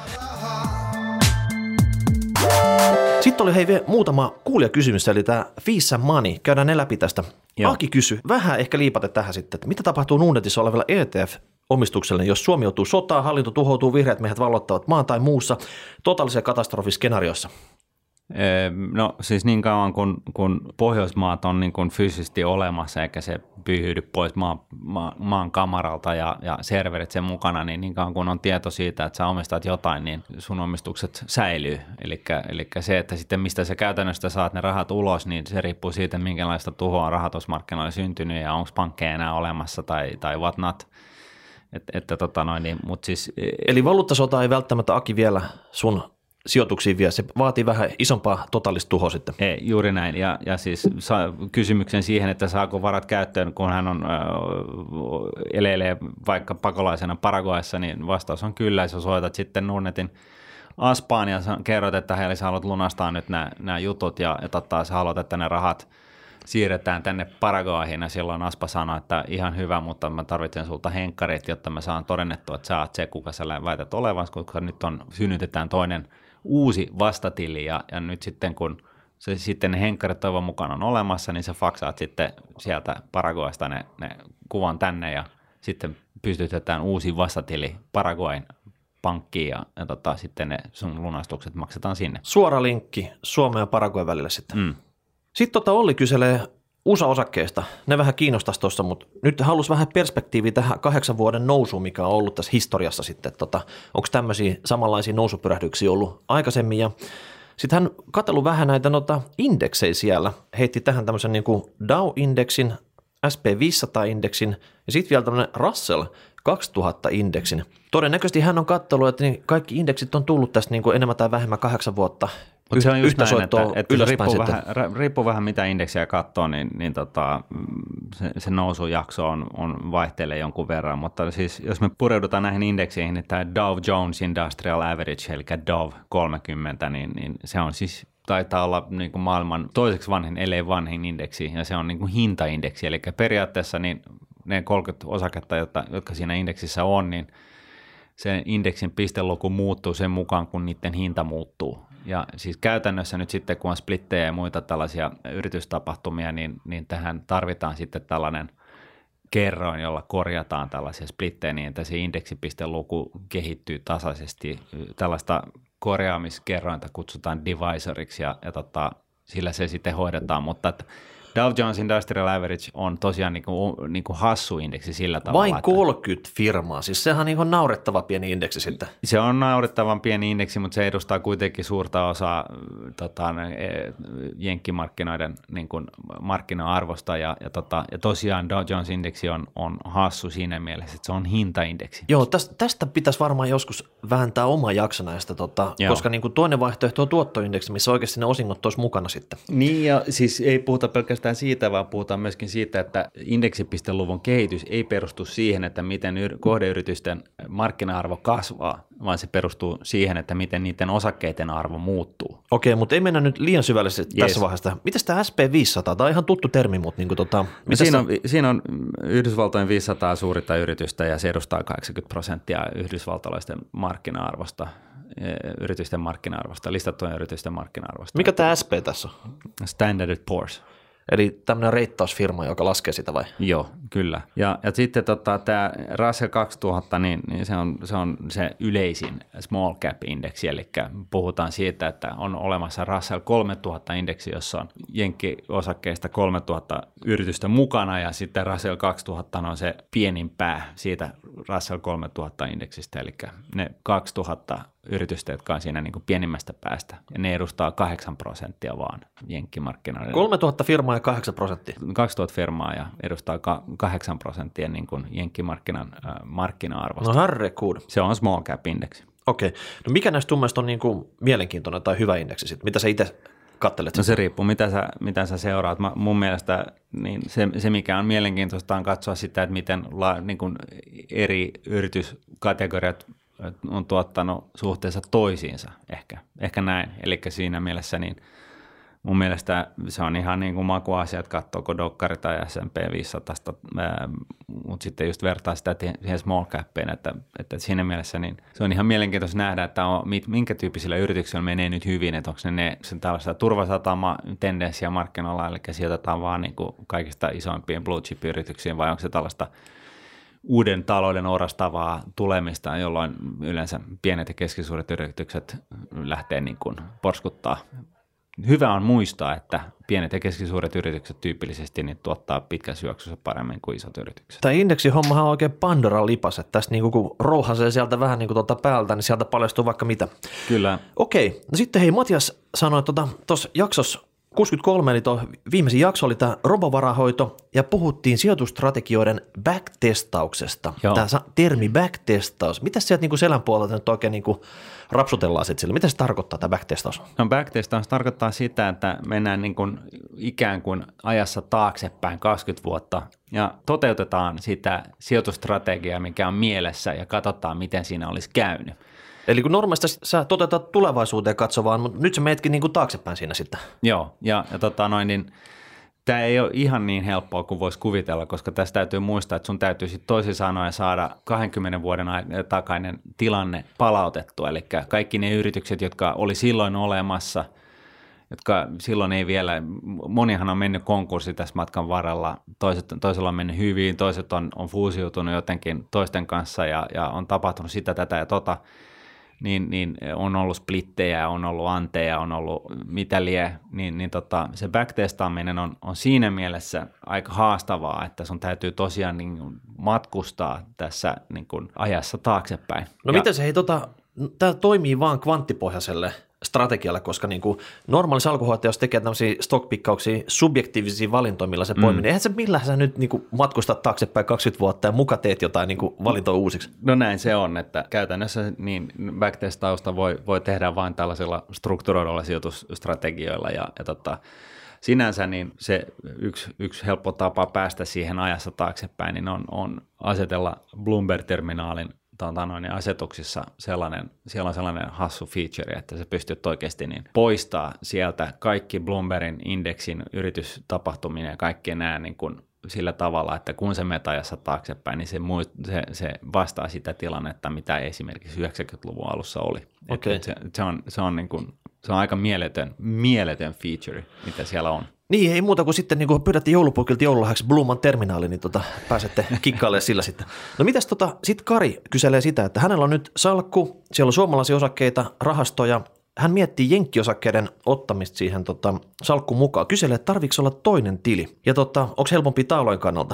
Sitten oli muutama kuulijakysymys, eli tämä Fees and Money. Käydään ne läpi tästä. Joo. Aki kysyi, vähän ehkä liipate tähän sitten, että mitä tapahtuu Nordnetissä olevilla ETF-omistukselle, jos Suomi joutuu sotaan, hallinto tuhoutuu, vihreät miehet valloittavat maan tai muussa totaalisen katastrofiskenaariossa? No siis niin kauan kun Pohjoismaat on niin kuin fyysisesti olemassa eikä se pyyhdy pois maan kamaralta ja serverit sen mukana, niin kauan kun on tieto siitä, että sä omistat jotain, niin sun omistukset säilyy. Eli se, että sitten mistä sä käytännössä saat ne rahat ulos, niin se riippuu siitä, minkälaista tuhoa on rahoitusmarkkinoilla syntynyt ja onko pankkeja enää olemassa tai what not. Mut siis, eli valuuttasota ei välttämättä, Aki, vielä sun sijoituksiin vielä. Se vaatii vähän isompaa totaalista tuhoa sitten. Ei, juuri näin. Ja siis kysymyksen siihen, että saako varat käyttöön, kun hän on elelee vaikka pakolaisena Paraguayssa, niin vastaus on kyllä. Jos soitat sitten Nordnetin Aspaan ja kerrot, että hei, sä haluat lunastaa nyt nämä jutut ja sä haluat, että ne rahat siirretään tänne Paraguayhin, ja silloin Aspa sanoi, että ihan hyvä, mutta mä tarvitsen sulta henkkarit, jotta mä saan todennettua, että sä oot se, kuka sä väität olevasi, koska nyt synnytetään toinen uusi vastatili, ja nyt sitten kun se sitten ne henkkarit toivon mukaan on olemassa, niin sä faksaat sitten sieltä Paraguaysta ne kuvan tänne ja sitten pystytetään uusi vastatili Paraguayn pankkiin ja sitten ne sun lunastukset maksetaan sinne. Suora linkki Suomen ja Paraguayn välillä sitten. Sitten Olli kyselee USA-osakkeista. Ne vähän kiinnostaisi tuossa, mutta nyt halusi vähän perspektiiviä tähän 8 vuoden nousuun, mikä on ollut tässä historiassa sitten. Onko tämmöisiä samanlaisia nousupyrähdyksiä ollut aikaisemmin? Ja sitten hän katsellut vähän näitä indeksejä siellä. Heitti tähän tämmöisen niin kuin Dow-indeksin, SP500-indeksin ja sitten vielä tämmöinen Russell 2000-indeksin. Todennäköisesti hän on katsellut, että kaikki indeksit on tullut tästä niin kuin enemmän tai vähemmän 8 vuotta. Mutta se on just näin, että riippuu vähän mitä indeksiä katsoo, niin se nousujakso on vaihtelee jonkun verran, mutta siis jos me pureudutaan näihin indekseihin, niin tämä Dow Jones Industrial Average, eli Dow 30, niin se on siis taitaa olla niin kuin maailman toiseksi vanhin, ellei vanhin indeksi, ja se on niin kuin hintaindeksi, eli periaatteessa niin ne 30 osaketta, jotka siinä indeksissä on, niin sen indeksin pisteluku muuttuu sen mukaan, kun niiden hinta muuttuu. Ja siis käytännössä nyt sitten, kun on splittejä ja muita tällaisia yritystapahtumia, niin tähän tarvitaan sitten tällainen kerroin, jolla korjataan tällaisia splittejä niin, että se indeksipisteluku kehittyy tasaisesti. Tällaista korjaamiskerrointa kutsutaan divisoriksi ja sillä se sitten hoidetaan, mutta Dow Jones Industrial Average on tosiaan niin kuin hassu indeksi sillä tavalla. Vain 30 firmaa, siis sehän on ihan naurettava pieni indeksi sitten. Se on naurettavan pieni indeksi, mutta se edustaa kuitenkin suurta osaa jenkkimarkkinoiden niin kuin markkina-arvosta ja tosiaan Dow Jones indeksi on hassu siinä mielessä, että se on hintaindeksi. Joo, tästä pitäisi varmaan joskus vääntää oma jakso näistä, koska niin kuin toinen vaihtoehto on tuottoindeksi, missä oikeasti ne osingot olisi mukana sitten. Niin ja siis ei puhuta pelkästään siitä, vaan puhutaan myöskin siitä, että indeksipisteluvun kehitys ei perustu siihen, että miten kohdeyritysten markkina-arvo kasvaa, vaan se perustuu siihen, että miten niiden osakkeiden arvo muuttuu. Okei, mutta ei mennä nyt liian syvällisesti tässä vaiheessa. Mitäs tämä SP500? Tämä on ihan tuttu termi, mutta siinä on Yhdysvaltojen 500 suurinta yritystä ja se edustaa 80% yhdysvaltalaisten markkina-arvosta. Yritysten markkina-arvosta, listattujen yritysten markkina-arvosta. Mikä tämä SP tässä on? Standard & Poor's. Eli tämmöinen reittausfirma, joka laskee sitä vai? Joo, kyllä. Ja sitten tämä Russell 2000, niin se on se yleisin small cap indeksi, eli puhutaan siitä, että on olemassa Russell 3000 indeksi, jossa on jenkkiosakkeista 3000 yritystä mukana, ja sitten Russell 2000 on se pienin pää siitä Russell 3000 indeksistä, eli ne 2000 yritystä, jotka on siinä niin kuin pienimmästä päästä, ja ne edustaa 8% vaan jenkkimarkkinoiden. 3000 firmaa ja 8%. 2000 firmaa ja edustaa 8% niin kuin jenkkimarkkinan markkina-arvosta. No herrekuud. Se on small cap indeksi. Okei. No mikä näistä sun mielestä on niin kuin mielenkiintoinen tai hyvä indeksi sitten? Mitä sä itse kattelet? No se riippuu, mitä sä seuraat. Mun mielestä niin se, mikä on mielenkiintoista, on katsoa sitä, että miten niin kuin eri yrityskategoriat on tuottanut suhteessa toisiinsa, ehkä näin. Eli siinä mielessä niin mun mielestä se on ihan niin kuin makuasia, että katsoako dokkari tai S&P 500, mutta sitten just vertaa sitä siihen small capiin, että siinä mielessä niin se on ihan mielenkiintoista nähdä, että minkä tyyppisillä yrityksillä menee nyt hyvin, että onko ne tällaista turvasatama-tendenssiä markkinoilla, eli sijoitetaan vaan niin kuin kaikista isoimpien blue chip-yrityksiin, vai onko se tällaista uuden talouden orastavaa tulemista, jolloin yleensä pienet ja keskisuuret yritykset lähtee niin kuin porskuttaa. Hyvä on muistaa, että pienet ja keskisuuret yritykset tyypillisesti niin tuottaa pitkässä juoksussa paremmin kuin isot yritykset. Tämä indeksihommahan on oikein Pandoran lipas, että tästä niin kun rouhasee sieltä vähän niin kuin päältä, niin sieltä paljastuu vaikka mitä. Kyllä. Okei, no sitten hei Matias sanoi, että tuossa jaksossa 63, eli tuo viimeisin jakso oli tämä robovarahoito, ja puhuttiin sijoitustrategioiden backtestauksesta. Joo. Tämä termi backtestaus, mitä sieltä niin kuin selän puolelta nyt oikein niin kuin rapsutellaan sitten sille? Mitä se tarkoittaa tämä backtestaus? No backtestaus tarkoittaa sitä, että mennään niin kuin ikään kuin ajassa taaksepäin 20 vuotta ja toteutetaan sitä sijoitustrategiaa, mikä on mielessä, ja katsotaan, miten siinä olisi käynyt. Eli kun normaalisti sä toteutat tulevaisuuteen katsovaan, mutta nyt sä meetkin niin kuin taaksepäin siinä sitten. Joo, ja niin tämä ei ole ihan niin helppoa kuin voisi kuvitella, koska tässä täytyy muistaa, että sun täytyy sitten toisin sanoen saada 20 vuoden takainen tilanne palautettua, eli kaikki ne yritykset, jotka oli silloin olemassa jotka silloin ei vielä, monihan on mennyt konkurssi tässä matkan varrella, toisella on mennyt hyvin, toiset on fuusiutunut jotenkin toisten kanssa ja on tapahtunut sitä, tätä ja tota, niin on ollut splittejä, on ollut anteja, on ollut mitä lie, niin se backtestaaminen on siinä mielessä aika haastavaa, että sun täytyy tosiaan niin matkustaa tässä niin kuin ajassa taaksepäin. No miten se, tämä toimii vaan kvanttipohjaiselle strategialle, koska niin kuin normaali salkuhoitaja, jos tekee tämmöisiä stockpikkauksia, subjektiivisia valintoja, millä se poimii, niin eihän se millään sä nyt niin kuin matkustat taaksepäin 20 vuotta ja muka teet jotain niin kuin valintoja uusiksi. No näin se on, että käytännössä niin backtestausta voi tehdä vain tällaisilla strukturoiduilla sijoitusstrategioilla ja sinänsä niin se yksi helppo tapa päästä siihen ajassa taaksepäin niin on asetella Bloomberg-terminaalin asetuksissa siellä on sellainen hassu feature, että sä pystyt oikeasti niin poistaa sieltä kaikki Bloombergin indeksin yritystapahtuminen ja kaikki nämä niin kuin sillä tavalla, että kun se metajassa taaksepäin, niin se vastaa sitä tilannetta, mitä esimerkiksi 90-luvun alussa oli. Okay. Se on aika mieletön feature, mitä siellä on. Niin, ei muuta kuin sitten niin kuin pyydätte joulupukilta joululahjaksi Bluman terminaali, niin pääsette kikkailemaan sillä sitten. No mitäs sitten Kari kyselee sitä, että hänellä on nyt salkku, siellä on suomalaisia osakkeita, rahastoja, hän miettii jenkkiosakkeiden ottamista siihen salkkuun mukaan. Kyselee, että tarviiko olla toinen tili ja onko helpompi taalojen kannalta.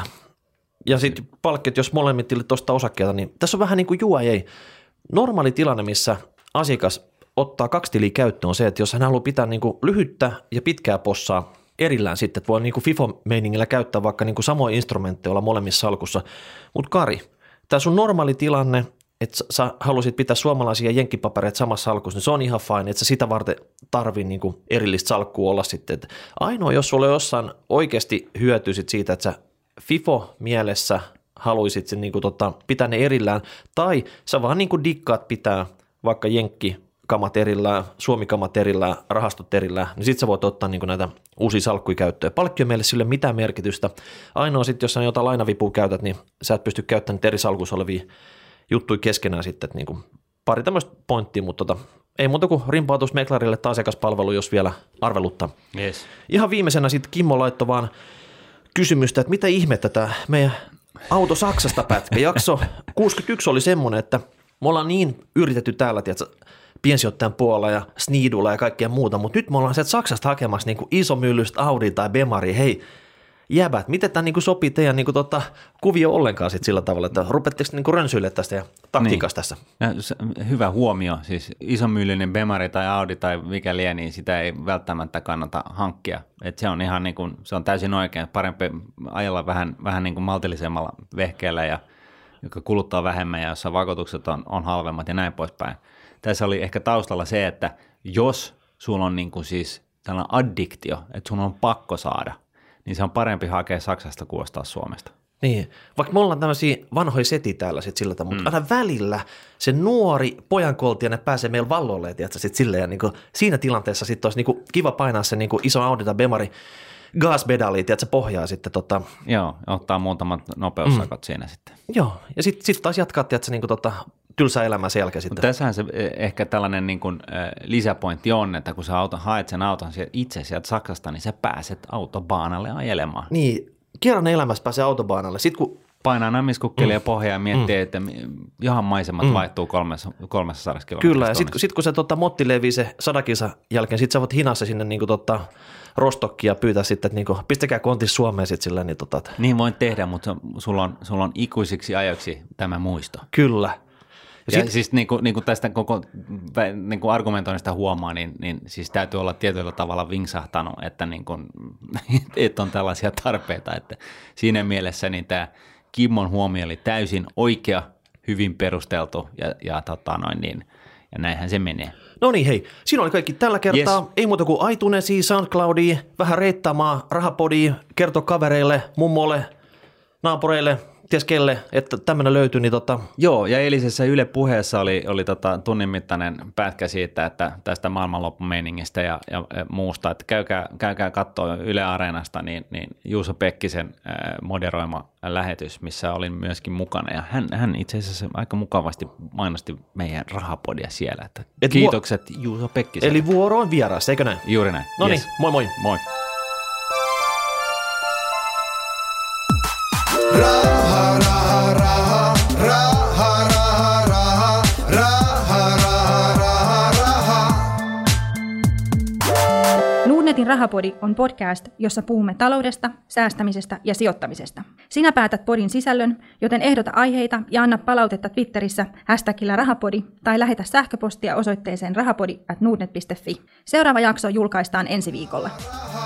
Ja sitten palkkiot, jos molemmat tilit ostaa osakkeita, niin tässä on vähän niin kuin ei. Normaali tilanne, missä asiakas ottaa 2 tiliä käyttöön on se, että jos hän haluaa pitää niin kuin lyhyttä ja pitkää possaa erillään sitten, että voi niin kuin FIFO-meiningillä käyttää vaikka niin kuin samoja instrumentteja olla molemmissa salkussa. Mutta Kari, tämä sun normaali tilanne, että sä halusit pitää suomalaisia jenkkipapereita samassa salkussa, niin se on ihan fine, että sä sitä varten tarvii niin kuin erillistä salkkua olla sitten. Että ainoa, jos sulla jossain oikeasti hyötyisit siitä, että sä FIFO-mielessä haluisit sen niin kuin pitää ne erillään, tai sä vaan niin kuin dikkaat pitää vaikka jenkkikamat erillään, suomikamat erillään, rahastot erillään, niin sit sä voit ottaa niin kuin näitä uusia salkkuja käyttöön. Palkkio meille sille mitään merkitystä. Ainoa sitten, jos sä jotain lainavipua käytät, niin sä et pysty käyttämään eri salkussa olevia juttuja keskenään sitten, että niin kuin pari tämmöistä pointtia, mutta ei muuta kuin rimpautus meklarille tai asiakaspalvelu, jos vielä arveluttaa. Yes. Ihan viimeisenä sitten Kimmo laittoi vaan kysymystä, että mitä ihmettä tämä meidän Auto Saksasta pätkä. Jakso 61 oli semmoinen, että me ollaan niin yritetty täällä, tiedätkö, piensijoittajan puolella ja Sniidulla ja kaikkea muuta, mutta nyt me ollaan sieltä Saksasta hakemassa niin kuin isomyllystä Audi tai Bemari. Hei, jäbät, miten tämä niin sopii teidän niin kuvio ollenkaan sit sillä tavalla, että rupeatteko niin rönsyilemään tästä ja taktiikasta tässä? Hyvä huomio, siis isomyllinen Bemari tai Audi tai mikä lie, niin sitä ei välttämättä kannata hankkia. Et se on ihan niin kuin, se on täysin oikein, parempi ajella vähän niin kuin maltillisemmalla vehkeellä ja joka kuluttaa vähemmän ja jossa vakuutukset on halvemmat ja näin poispäin. Tässä oli ehkä taustalla se, että jos sulla on niin kuin siis tällainen addiktio, että sun on pakko saada, niin se on parempi hakea Saksasta kuin ostaa Suomesta. Niin, vaikka me ollaan tämmöisiä vanhoja setiä täällä sitten sillä tavalla, mutta aina välillä se nuori pojankoltija pääsee meillä valloille, tiedätkö, sitten silleen, ja niin siinä tilanteessa sitten olisi niin kiva painaa se niin iso Audi tai Bemari gaspedali, tiedätkö, pohjaa sitten. Joo, ottaa muutamat nopeussakot siinä sitten. Joo, ja sitten taas jatkaa, tiedätkö, niin tylsää elämää sen jälkeen sitten. Tässähän se ehkä tällainen niin kuin, lisäpointti on, että kun sä haet sen auton itse sieltä Saksasta, niin sä pääset autobaanalle ajelemaan. Niin, kerran elämässä pääsee autobaanalle. Sitten kun painaa namiskukkelia pohjaa ja miettii, että johan maisemat vaihtuu 300 kilometristä. Kyllä, ja sitten kun se motti levii se 100 kilsan jälkeen, sitten sä voit hinassa sinne niin Rostokkia ja pyytää sitten, että niin pistäkää kontis Suomeen sitten sillä. Niin voin tehdä, mutta sulla on ikuisiksi ajoiksi tämä muisto. Kyllä. Ja siis niin kuin tästä koko niin kuin argumentoinnista huomaa, niin siis täytyy olla tietyllä tavalla vingsahtanut, että, niin kuin, että on tällaisia tarpeita. Että siinä mielessä niin tämä Kimmon huomio oli täysin oikea, hyvin perusteltu ja näinhän se menee. No niin, hei, siinä oli kaikki tällä kertaa. Yes. Ei muuta kuin iTunesia, SoundCloudia, vähän reittaamaan rahapodia, kertoa kavereille, mummolle, naapureille, ties kelle, että tämmöinen löytyi, niin Joo, ja eilisessä Yle Puheessa oli tunnin mittainen pätkä siitä, että tästä maailmanloppumeiningistä ja muusta, että käykää katsoa Yle Areenasta, niin Juuso Pekkisen moderoima lähetys, missä olin myöskin mukana, ja hän itse asiassa aika mukavasti mainosti meidän rahapodia siellä, että kiitokset Juuso Pekkiselle. Eli vuoro on vieras, eikö näin? Juuri näin. No niin, moi moi. Moi. Raha, raha, raha, raha, raha, raha, raha, raha, raha, raha. Nordnetin Rahapodi on podcast, jossa puhumme taloudesta, säästämisestä ja sijoittamisesta. Sinä päätät podin sisällön, joten ehdota aiheita ja anna palautetta Twitterissä hashtagillä rahapodi tai lähetä sähköpostia osoitteeseen rahapodi@nordnet.fi. Seuraava jakso julkaistaan ensi viikolla.